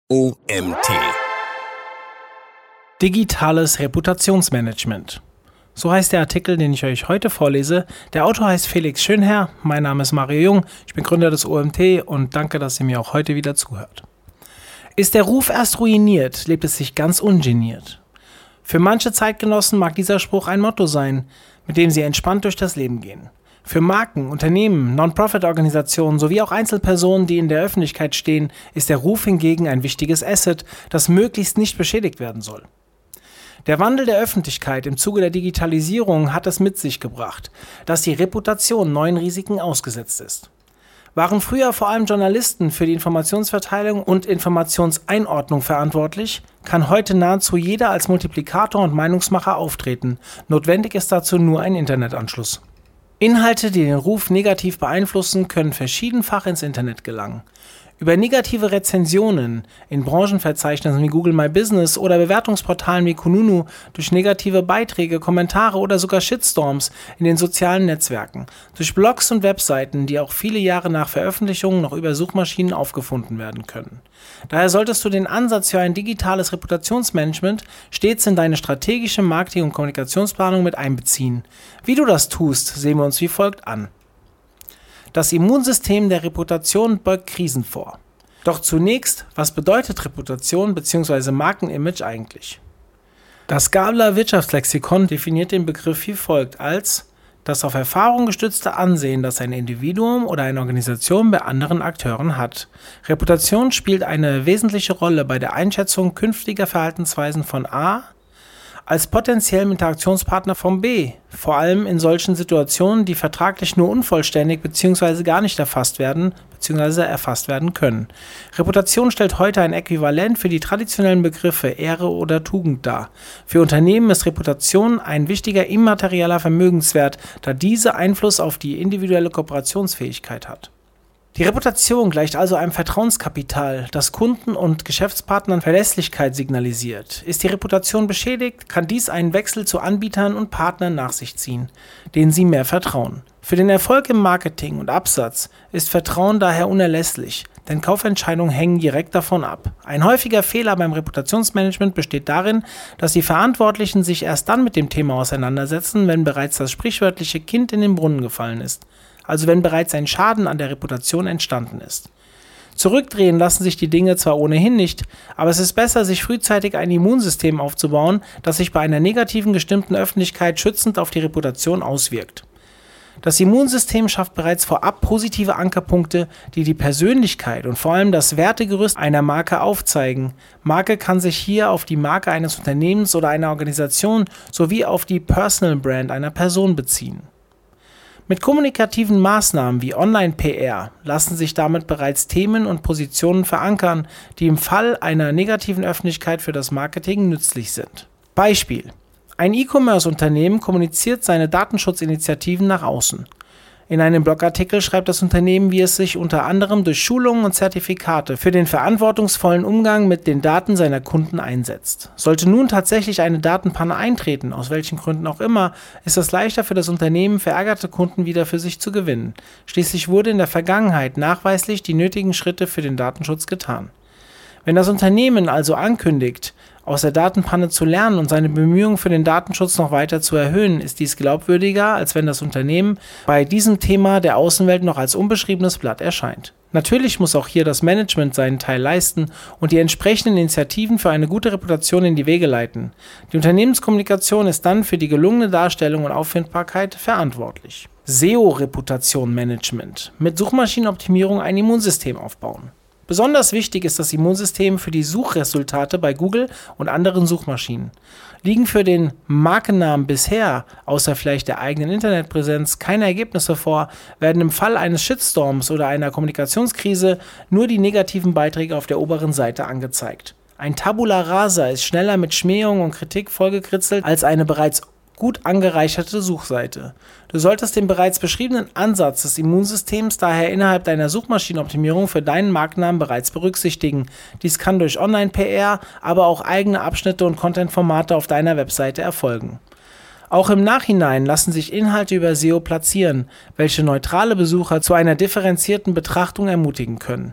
OMT. Digitales Reputationsmanagement. So heißt der Artikel, den ich euch heute vorlese. Der Autor heißt Felix Schönherr, mein Name ist Mario Jung, ich bin Gründer des OMT und danke, dass ihr mir auch heute wieder zuhört. Ist der Ruf erst ruiniert, lebt es sich ganz ungeniert. Für manche Zeitgenossen mag dieser Spruch ein Motto sein, mit dem sie entspannt durch das Leben gehen. Für Marken, Unternehmen, Non-Profit-Organisationen sowie auch Einzelpersonen, die in der Öffentlichkeit stehen, ist der Ruf hingegen ein wichtiges Asset, das möglichst nicht beschädigt werden soll. Der Wandel der Öffentlichkeit im Zuge der Digitalisierung hat es mit sich gebracht, dass die Reputation neuen Risiken ausgesetzt ist. Waren früher vor allem Journalisten für die Informationsverteilung und Informationseinordnung verantwortlich, kann heute nahezu jeder als Multiplikator und Meinungsmacher auftreten. Notwendig ist dazu nur ein Internetanschluss. Inhalte, die den Ruf negativ beeinflussen, können verschiedenfach ins Internet gelangen. Über negative Rezensionen in Branchenverzeichnissen wie Google My Business oder Bewertungsportalen wie Kununu, durch negative Beiträge, Kommentare oder sogar Shitstorms in den sozialen Netzwerken, durch Blogs und Webseiten, die auch viele Jahre nach Veröffentlichung noch über Suchmaschinen aufgefunden werden können. Daher solltest du den Ansatz für ein digitales Reputationsmanagement stets in deine strategische Marketing- und Kommunikationsplanung mit einbeziehen. Wie du das tust, sehen wir uns wie folgt an. Das Immunsystem der Reputation beugt Krisen vor. Doch zunächst, was bedeutet Reputation bzw. Markenimage eigentlich? Das Gabler Wirtschaftslexikon definiert den Begriff wie folgt als das auf Erfahrung gestützte Ansehen, das ein Individuum oder eine Organisation bei anderen Akteuren hat. Reputation spielt eine wesentliche Rolle bei der Einschätzung künftiger Verhaltensweisen von A als potenziellem Interaktionspartner von B, vor allem in solchen Situationen, die vertraglich nur unvollständig bzw. gar nicht erfasst werden bzw. erfasst werden können. Reputation stellt heute ein Äquivalent für die traditionellen Begriffe Ehre oder Tugend dar. Für Unternehmen ist Reputation ein wichtiger immaterieller Vermögenswert, da diese Einfluss auf die individuelle Kooperationsfähigkeit hat. Die Reputation gleicht also einem Vertrauenskapital, das Kunden und Geschäftspartnern Verlässlichkeit signalisiert. Ist die Reputation beschädigt, kann dies einen Wechsel zu Anbietern und Partnern nach sich ziehen, denen sie mehr vertrauen. Für den Erfolg im Marketing und Absatz ist Vertrauen daher unerlässlich, denn Kaufentscheidungen hängen direkt davon ab. Ein häufiger Fehler beim Reputationsmanagement besteht darin, dass die Verantwortlichen sich erst dann mit dem Thema auseinandersetzen, wenn bereits das sprichwörtliche Kind in den Brunnen gefallen ist. Also wenn bereits ein Schaden an der Reputation entstanden ist. Zurückdrehen lassen sich die Dinge zwar ohnehin nicht, aber es ist besser, sich frühzeitig ein Immunsystem aufzubauen, das sich bei einer negativen gestimmten Öffentlichkeit schützend auf die Reputation auswirkt. Das Immunsystem schafft bereits vorab positive Ankerpunkte, die die Persönlichkeit und vor allem das Wertegerüst einer Marke aufzeigen. Marke kann sich hier auf die Marke eines Unternehmens oder einer Organisation sowie auf die Personal Brand einer Person beziehen. Mit kommunikativen Maßnahmen wie Online-PR lassen sich damit bereits Themen und Positionen verankern, die im Fall einer negativen Öffentlichkeit für das Marketing nützlich sind. Beispiel: Ein E-Commerce-Unternehmen kommuniziert seine Datenschutzinitiativen nach außen. In einem Blogartikel schreibt das Unternehmen, wie es sich unter anderem durch Schulungen und Zertifikate für den verantwortungsvollen Umgang mit den Daten seiner Kunden einsetzt. Sollte nun tatsächlich eine Datenpanne eintreten, aus welchen Gründen auch immer, ist es leichter für das Unternehmen, verärgerte Kunden wieder für sich zu gewinnen. Schließlich wurde in der Vergangenheit nachweislich die nötigen Schritte für den Datenschutz getan. Wenn das Unternehmen also ankündigt, aus der Datenpanne zu lernen und seine Bemühungen für den Datenschutz noch weiter zu erhöhen, ist dies glaubwürdiger, als wenn das Unternehmen bei diesem Thema der Außenwelt noch als unbeschriebenes Blatt erscheint. Natürlich muss auch hier das Management seinen Teil leisten und die entsprechenden Initiativen für eine gute Reputation in die Wege leiten. Die Unternehmenskommunikation ist dann für die gelungene Darstellung und Auffindbarkeit verantwortlich. SEO-Reputation-Management. Mit Suchmaschinenoptimierung ein Immunsystem aufbauen. Besonders wichtig ist das Immunsystem für die Suchresultate bei Google und anderen Suchmaschinen. Liegen für den Markennamen bisher, außer vielleicht der eigenen Internetpräsenz, keine Ergebnisse vor, werden im Fall eines Shitstorms oder einer Kommunikationskrise nur die negativen Beiträge auf der oberen Seite angezeigt. Ein Tabula Rasa ist schneller mit Schmähung und Kritik vollgekritzelt als eine bereits gut angereicherte Suchseite. Du solltest den bereits beschriebenen Ansatz des Immunsystems daher innerhalb deiner Suchmaschinenoptimierung für deinen Markennamen bereits berücksichtigen. Dies kann durch Online-PR, aber auch eigene Abschnitte und Content-Formate auf deiner Webseite erfolgen. Auch im Nachhinein lassen sich Inhalte über SEO platzieren, welche neutrale Besucher zu einer differenzierten Betrachtung ermutigen können.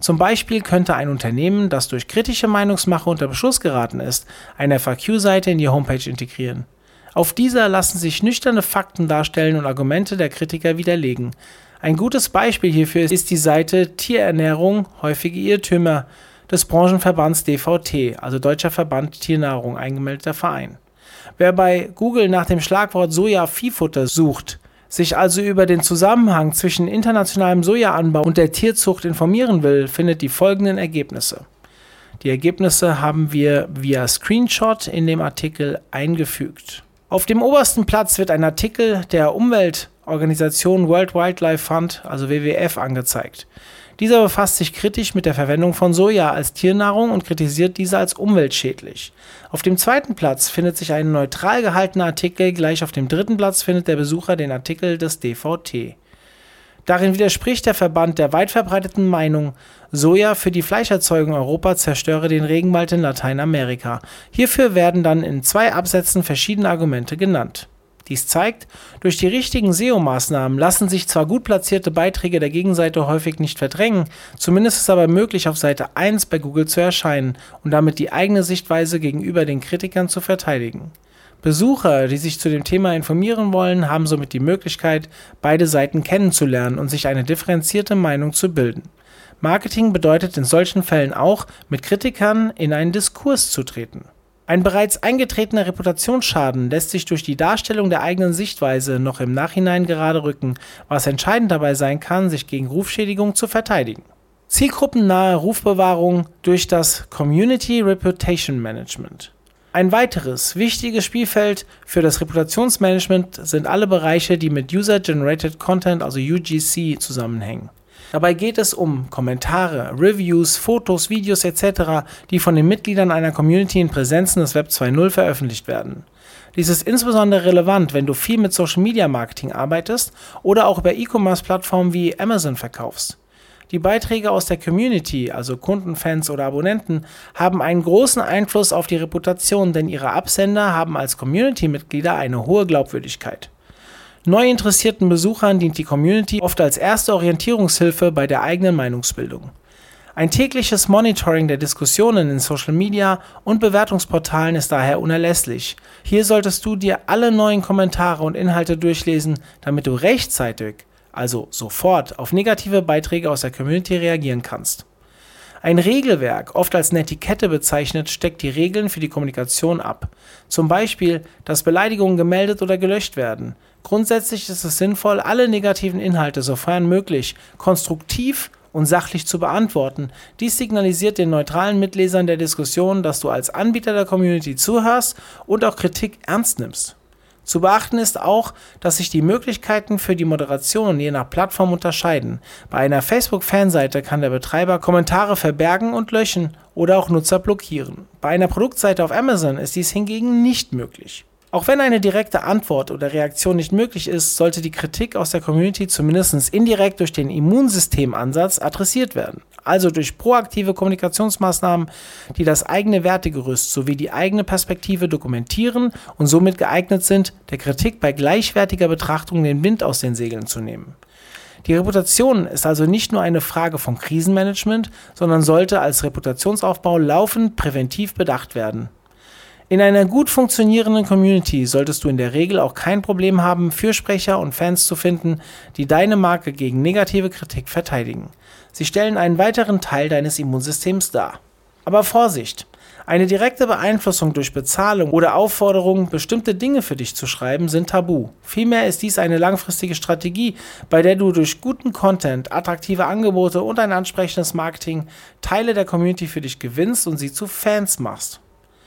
Zum Beispiel könnte ein Unternehmen, das durch kritische Meinungsmache unter Beschuss geraten ist, eine FAQ-Seite in die Homepage integrieren. Auf dieser lassen sich nüchterne Fakten darstellen und Argumente der Kritiker widerlegen. Ein gutes Beispiel hierfür ist die Seite Tierernährung, häufige Irrtümer des Branchenverbands DVT, also Deutscher Verband Tiernahrung, eingemeldeter Verein. Wer bei Google nach dem Schlagwort Soja-Viehfutter sucht, sich also über den Zusammenhang zwischen internationalem Sojaanbau und der Tierzucht informieren will, findet die folgenden Ergebnisse. Die Ergebnisse haben wir via Screenshot in dem Artikel eingefügt. Auf dem obersten Platz wird ein Artikel der Umweltorganisation World Wildlife Fund, also WWF, angezeigt. Dieser befasst sich kritisch mit der Verwendung von Soja als Tiernahrung und kritisiert diese als umweltschädlich. Auf dem zweiten Platz findet sich ein neutral gehaltener Artikel, gleich auf dem dritten Platz findet der Besucher den Artikel des DVT. Darin widerspricht der Verband der weit verbreiteten Meinung, Soja für die Fleischerzeugung in Europa zerstöre den Regenwald in Lateinamerika. Hierfür werden dann in 2 Absätzen verschiedene Argumente genannt. Dies zeigt, durch die richtigen SEO-Maßnahmen lassen sich zwar gut platzierte Beiträge der Gegenseite häufig nicht verdrängen, zumindest ist es aber möglich, auf Seite 1 bei Google zu erscheinen und damit die eigene Sichtweise gegenüber den Kritikern zu verteidigen. Besucher, die sich zu dem Thema informieren wollen, haben somit die Möglichkeit, beide Seiten kennenzulernen und sich eine differenzierte Meinung zu bilden. Marketing bedeutet in solchen Fällen auch, mit Kritikern in einen Diskurs zu treten. Ein bereits eingetretener Reputationsschaden lässt sich durch die Darstellung der eigenen Sichtweise noch im Nachhinein gerade rücken, was entscheidend dabei sein kann, sich gegen Rufschädigung zu verteidigen. Zielgruppennahe Rufbewahrung durch das Community Reputation Management. Ein weiteres wichtiges Spielfeld für das Reputationsmanagement sind alle Bereiche, die mit User-Generated Content, also UGC, zusammenhängen. Dabei geht es um Kommentare, Reviews, Fotos, Videos etc., die von den Mitgliedern einer Community in Präsenzen des Web 2.0 veröffentlicht werden. Dies ist insbesondere relevant, wenn du viel mit Social Media Marketing arbeitest oder auch über E-Commerce-Plattformen wie Amazon verkaufst. Die Beiträge aus der Community, also Kunden, Fans oder Abonnenten, haben einen großen Einfluss auf die Reputation, denn ihre Absender haben als Community-Mitglieder eine hohe Glaubwürdigkeit. Neu interessierten Besuchern dient die Community oft als erste Orientierungshilfe bei der eigenen Meinungsbildung. Ein tägliches Monitoring der Diskussionen in Social Media und Bewertungsportalen ist daher unerlässlich. Hier solltest du dir alle neuen Kommentare und Inhalte durchlesen, damit du rechtzeitig, also sofort, auf negative Beiträge aus der Community reagieren kannst. Ein Regelwerk, oft als Netiquette bezeichnet, steckt die Regeln für die Kommunikation ab. Zum Beispiel, dass Beleidigungen gemeldet oder gelöscht werden. Grundsätzlich ist es sinnvoll, alle negativen Inhalte, sofern möglich, konstruktiv und sachlich zu beantworten. Dies signalisiert den neutralen Mitlesern der Diskussion, dass du als Anbieter der Community zuhörst und auch Kritik ernst nimmst. Zu beachten ist auch, dass sich die Möglichkeiten für die Moderation je nach Plattform unterscheiden. Bei einer Facebook-Fanseite kann der Betreiber Kommentare verbergen und löschen oder auch Nutzer blockieren. Bei einer Produktseite auf Amazon ist dies hingegen nicht möglich. Auch wenn eine direkte Antwort oder Reaktion nicht möglich ist, sollte die Kritik aus der Community zumindest indirekt durch den Immunsystemansatz adressiert werden. Also durch proaktive Kommunikationsmaßnahmen, die das eigene Wertegerüst sowie die eigene Perspektive dokumentieren und somit geeignet sind, der Kritik bei gleichwertiger Betrachtung den Wind aus den Segeln zu nehmen. Die Reputation ist also nicht nur eine Frage von Krisenmanagement, sondern sollte als Reputationsaufbau laufend präventiv bedacht werden. In einer gut funktionierenden Community solltest du in der Regel auch kein Problem haben, Fürsprecher und Fans zu finden, die deine Marke gegen negative Kritik verteidigen. Sie stellen einen weiteren Teil deines Immunsystems dar. Aber Vorsicht! Eine direkte Beeinflussung durch Bezahlung oder Aufforderung, bestimmte Dinge für dich zu schreiben, sind tabu. Vielmehr ist dies eine langfristige Strategie, bei der du durch guten Content, attraktive Angebote und ein ansprechendes Marketing Teile der Community für dich gewinnst und sie zu Fans machst.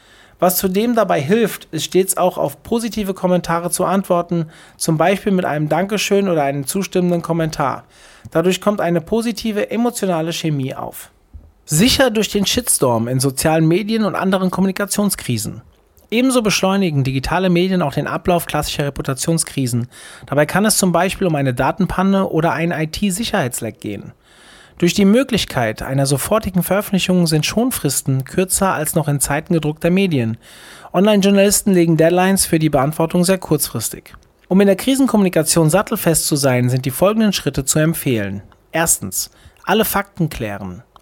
Was zudem dabei hilft, ist stets auch auf positive Kommentare zu antworten, zum Beispiel mit einem Dankeschön oder einem zustimmenden Kommentar. Dadurch kommt eine positive emotionale Chemie auf. Sicher durch den Shitstorm in sozialen Medien und anderen Kommunikationskrisen. Ebenso beschleunigen digitale Medien auch den Ablauf klassischer Reputationskrisen. Dabei kann es zum Beispiel um eine Datenpanne oder einen IT-Sicherheitsleck gehen. Durch die Möglichkeit einer sofortigen Veröffentlichung sind Schonfristen kürzer als noch in Zeiten gedruckter Medien. Online-Journalisten legen Deadlines für die Beantwortung sehr kurzfristig. Um in der Krisenkommunikation sattelfest zu sein, sind die folgenden Schritte zu empfehlen. Erstens, alle Fakten klären.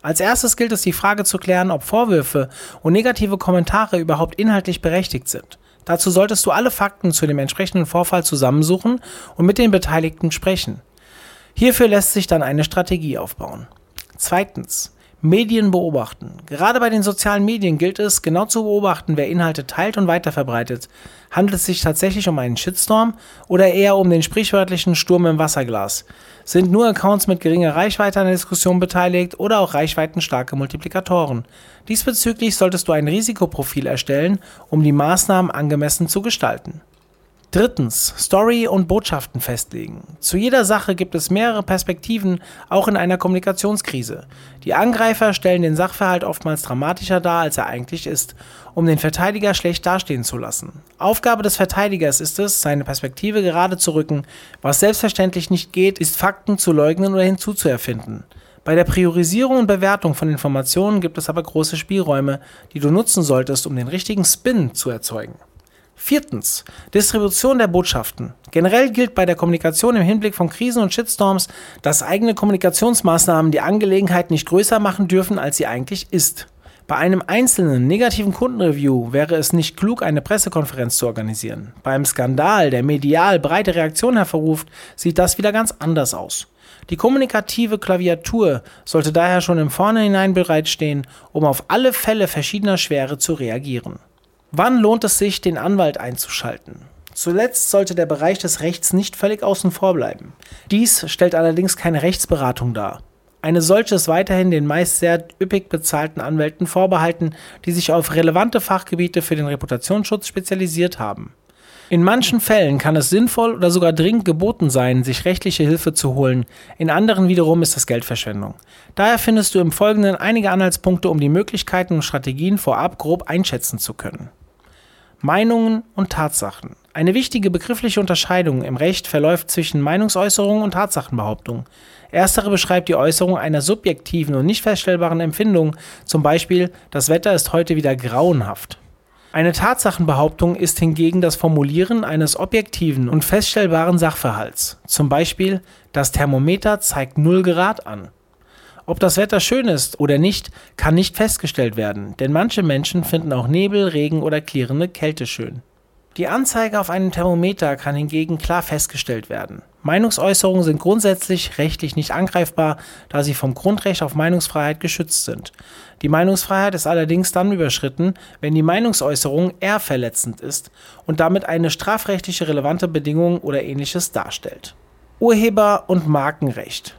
Als erstes gilt es, die Frage zu klären, ob Vorwürfe und negative Kommentare überhaupt inhaltlich berechtigt sind. Dazu solltest du alle Fakten zu dem entsprechenden Vorfall zusammensuchen und mit den Beteiligten sprechen. Hierfür lässt sich dann eine Strategie aufbauen. Zweitens, Medien beobachten. Gerade bei den sozialen Medien gilt es, genau zu beobachten, wer Inhalte teilt und weiterverbreitet. Handelt es sich tatsächlich um einen Shitstorm oder eher um den sprichwörtlichen Sturm im Wasserglas? Sind nur Accounts mit geringer Reichweite an der Diskussion beteiligt oder auch reichweitenstarke Multiplikatoren? Diesbezüglich solltest du ein Risikoprofil erstellen, um die Maßnahmen angemessen zu gestalten. Drittens, Story und Botschaften festlegen. Zu jeder Sache gibt es mehrere Perspektiven, auch in einer Kommunikationskrise. Die Angreifer stellen den Sachverhalt oftmals dramatischer dar, als er eigentlich ist, um den Verteidiger schlecht dastehen zu lassen. Aufgabe des Verteidigers ist es, seine Perspektive gerade zu rücken. Was selbstverständlich nicht geht, ist Fakten zu leugnen oder hinzuzuerfinden. Bei der Priorisierung und Bewertung von Informationen gibt es aber große Spielräume, die du nutzen solltest, um den richtigen Spin zu erzeugen. Viertens, Distribution der Botschaften. Generell gilt bei der Kommunikation im Hinblick von Krisen und Shitstorms, dass eigene Kommunikationsmaßnahmen die Angelegenheit nicht größer machen dürfen, als sie eigentlich ist. Bei einem einzelnen negativen Kundenreview wäre es nicht klug, eine Pressekonferenz zu organisieren. Bei einem Skandal, der medial breite Reaktionen hervorruft, sieht das wieder ganz anders aus. Die kommunikative Klaviatur sollte daher schon im Vornherein bereitstehen, um auf alle Fälle verschiedener Schwere zu reagieren. Wann lohnt es sich, den Anwalt einzuschalten? Zuletzt sollte der Bereich des Rechts nicht völlig außen vor bleiben. Dies stellt allerdings keine Rechtsberatung dar. Eine solche ist weiterhin den meist sehr üppig bezahlten Anwälten vorbehalten, die sich auf relevante Fachgebiete für den Reputationsschutz spezialisiert haben. In manchen Fällen kann es sinnvoll oder sogar dringend geboten sein, sich rechtliche Hilfe zu holen, in anderen wiederum ist das Geldverschwendung. Daher findest du im Folgenden einige Anhaltspunkte, um die Möglichkeiten und Strategien vorab grob einschätzen zu können. Meinungen und Tatsachen. Eine wichtige begriffliche Unterscheidung im Recht verläuft zwischen Meinungsäußerung und Tatsachenbehauptung. Erstere beschreibt die Äußerung einer subjektiven und nicht feststellbaren Empfindung, zum Beispiel, das Wetter ist heute wieder grauenhaft. Eine Tatsachenbehauptung ist hingegen das Formulieren eines objektiven und feststellbaren Sachverhalts, zum Beispiel, das Thermometer zeigt 0 Grad an. Ob das Wetter schön ist oder nicht, kann nicht festgestellt werden, denn manche Menschen finden auch Nebel, Regen oder klirrende Kälte schön. Die Anzeige auf einem Thermometer kann hingegen klar festgestellt werden. Meinungsäußerungen sind grundsätzlich rechtlich nicht angreifbar, da sie vom Grundrecht auf Meinungsfreiheit geschützt sind. Die Meinungsfreiheit ist allerdings dann überschritten, wenn die Meinungsäußerung eher verletzend ist und damit eine strafrechtliche relevante Bedingung oder Ähnliches darstellt. Urheber- und Markenrecht.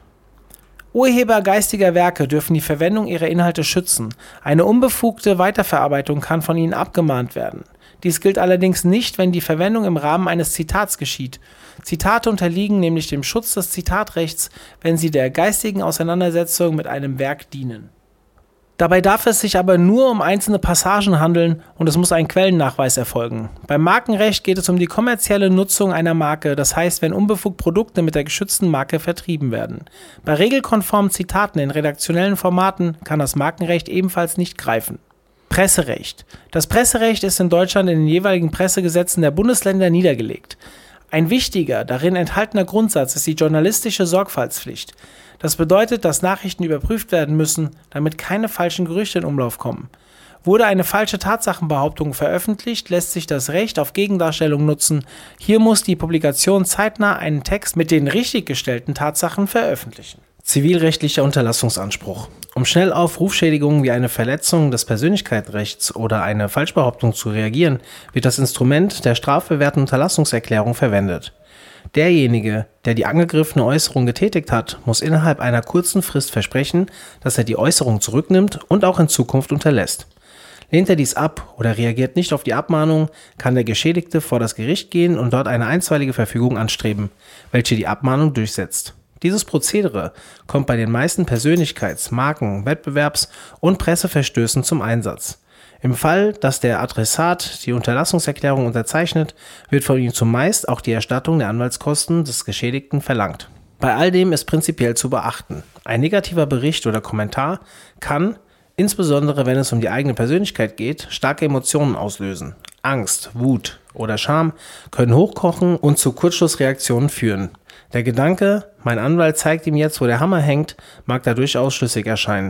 Urheber geistiger Werke dürfen die Verwendung ihrer Inhalte schützen. Eine unbefugte Weiterverarbeitung kann von ihnen abgemahnt werden. Dies gilt allerdings nicht, wenn die Verwendung im Rahmen eines Zitats geschieht. Zitate unterliegen nämlich dem Schutz des Zitatrechts, wenn sie der geistigen Auseinandersetzung mit einem Werk dienen. Dabei darf es sich aber nur um einzelne Passagen handeln und es muss ein Quellennachweis erfolgen. Beim Markenrecht geht es um die kommerzielle Nutzung einer Marke, das heißt, wenn unbefugt Produkte mit der geschützten Marke vertrieben werden. Bei regelkonformen Zitaten in redaktionellen Formaten kann das Markenrecht ebenfalls nicht greifen. Presserecht. Das Presserecht ist in Deutschland in den jeweiligen Pressegesetzen der Bundesländer niedergelegt. Ein wichtiger, darin enthaltener Grundsatz ist die journalistische Sorgfaltspflicht. Das bedeutet, dass Nachrichten überprüft werden müssen, damit keine falschen Gerüchte in Umlauf kommen. Wurde eine falsche Tatsachenbehauptung veröffentlicht, lässt sich das Recht auf Gegendarstellung nutzen. Hier muss die Publikation zeitnah einen Text mit den richtig gestellten Tatsachen veröffentlichen. Zivilrechtlicher Unterlassungsanspruch. Um schnell auf Rufschädigungen wie eine Verletzung des Persönlichkeitsrechts oder eine Falschbehauptung zu reagieren, wird das Instrument der strafbewährten Unterlassungserklärung verwendet. Derjenige, der die angegriffene Äußerung getätigt hat, muss innerhalb einer kurzen Frist versprechen, dass er die Äußerung zurücknimmt und auch in Zukunft unterlässt. Lehnt er dies ab oder reagiert nicht auf die Abmahnung, kann der Geschädigte vor das Gericht gehen und dort eine einstweilige Verfügung anstreben, welche die Abmahnung durchsetzt. Dieses Prozedere kommt bei den meisten Persönlichkeits-, Marken-, Wettbewerbs- und Presseverstößen zum Einsatz. Im Fall, dass der Adressat die Unterlassungserklärung unterzeichnet, wird von ihm zumeist auch die Erstattung der Anwaltskosten des Geschädigten verlangt. Bei all dem ist prinzipiell zu beachten: Ein negativer Bericht oder Kommentar kann, insbesondere wenn es um die eigene Persönlichkeit geht, starke Emotionen auslösen. Angst, Wut oder Scham können hochkochen und zu Kurzschlussreaktionen führen. Der Gedanke, mein Anwalt zeigt ihm jetzt, wo der Hammer hängt, mag da durchaus schlüssig erscheinen.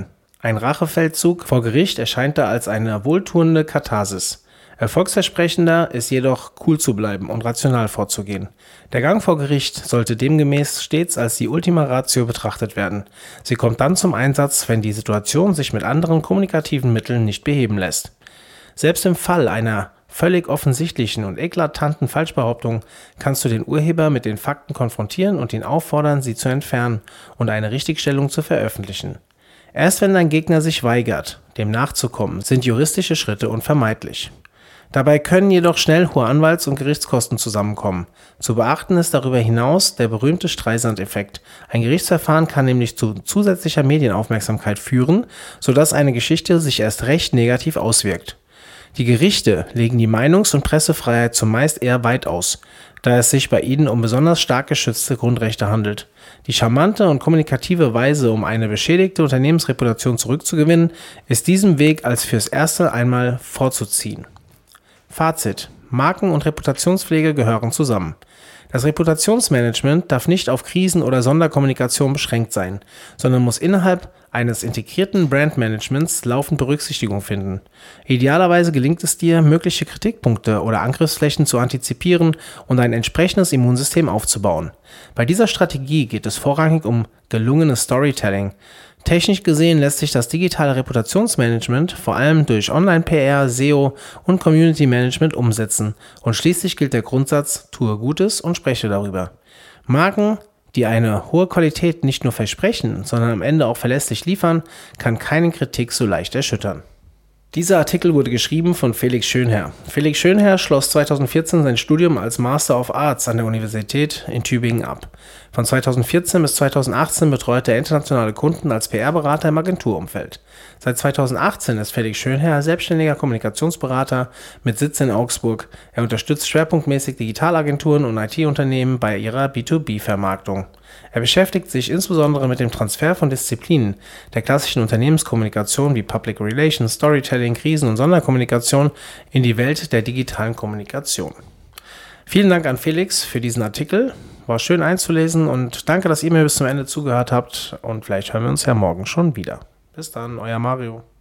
Ein Rachefeldzug vor Gericht erscheint da als eine wohltuende Katharsis. Erfolgsversprechender ist jedoch, cool zu bleiben und rational vorzugehen. Der Gang vor Gericht sollte demgemäß stets als die Ultima Ratio betrachtet werden. Sie kommt dann zum Einsatz, wenn die Situation sich mit anderen kommunikativen Mitteln nicht beheben lässt. Selbst im Fall einer völlig offensichtlichen und eklatanten Falschbehauptung kannst du den Urheber mit den Fakten konfrontieren und ihn auffordern, sie zu entfernen und eine Richtigstellung zu veröffentlichen. Erst wenn dein Gegner sich weigert, dem nachzukommen, sind juristische Schritte unvermeidlich. Dabei können jedoch schnell hohe Anwalts- und Gerichtskosten zusammenkommen. Zu beachten ist darüber hinaus der berühmte Streisand-Effekt. Ein Gerichtsverfahren kann nämlich zu zusätzlicher Medienaufmerksamkeit führen, sodass eine Geschichte sich erst recht negativ auswirkt. Die Gerichte legen die Meinungs- und Pressefreiheit zumeist eher weit aus, da es sich bei ihnen um besonders stark geschützte Grundrechte handelt. Die charmante und kommunikative Weise, um eine beschädigte Unternehmensreputation zurückzugewinnen, ist diesem Weg als fürs erste einmal vorzuziehen. Fazit: Marken- und Reputationspflege gehören zusammen. Das Reputationsmanagement darf nicht auf Krisen oder Sonderkommunikation beschränkt sein, sondern muss innerhalb eines integrierten Brandmanagements laufend Berücksichtigung finden. Idealerweise gelingt es dir, mögliche Kritikpunkte oder Angriffsflächen zu antizipieren und ein entsprechendes Immunsystem aufzubauen. Bei dieser Strategie geht es vorrangig um gelungenes Storytelling. Technisch gesehen lässt sich das digitale Reputationsmanagement vor allem durch Online-PR, SEO und Community-Management umsetzen und schließlich gilt der Grundsatz: Tue Gutes und spreche darüber. Marken, die eine hohe Qualität nicht nur versprechen, sondern am Ende auch verlässlich liefern, kann keine Kritik so leicht erschüttern. Dieser Artikel wurde geschrieben von Felix Schönherr. Felix Schönherr schloss 2014 sein Studium als Master of Arts an der Universität in Tübingen ab. Von 2014 bis 2018 betreute er internationale Kunden als PR-Berater im Agenturumfeld. Seit 2018 ist Felix Schönherr selbstständiger Kommunikationsberater mit Sitz in Augsburg. Er unterstützt schwerpunktmäßig Digitalagenturen und IT-Unternehmen bei ihrer B2B-Vermarktung. Er beschäftigt sich insbesondere mit dem Transfer von Disziplinen der klassischen Unternehmenskommunikation wie Public Relations, Storytelling, Krisen- und Sonderkommunikation in die Welt der digitalen Kommunikation. Vielen Dank an Felix für diesen Artikel. War schön einzulesen und danke, dass ihr mir bis zum Ende zugehört habt und vielleicht hören wir uns ja morgen schon wieder. Bis dann, euer Mario.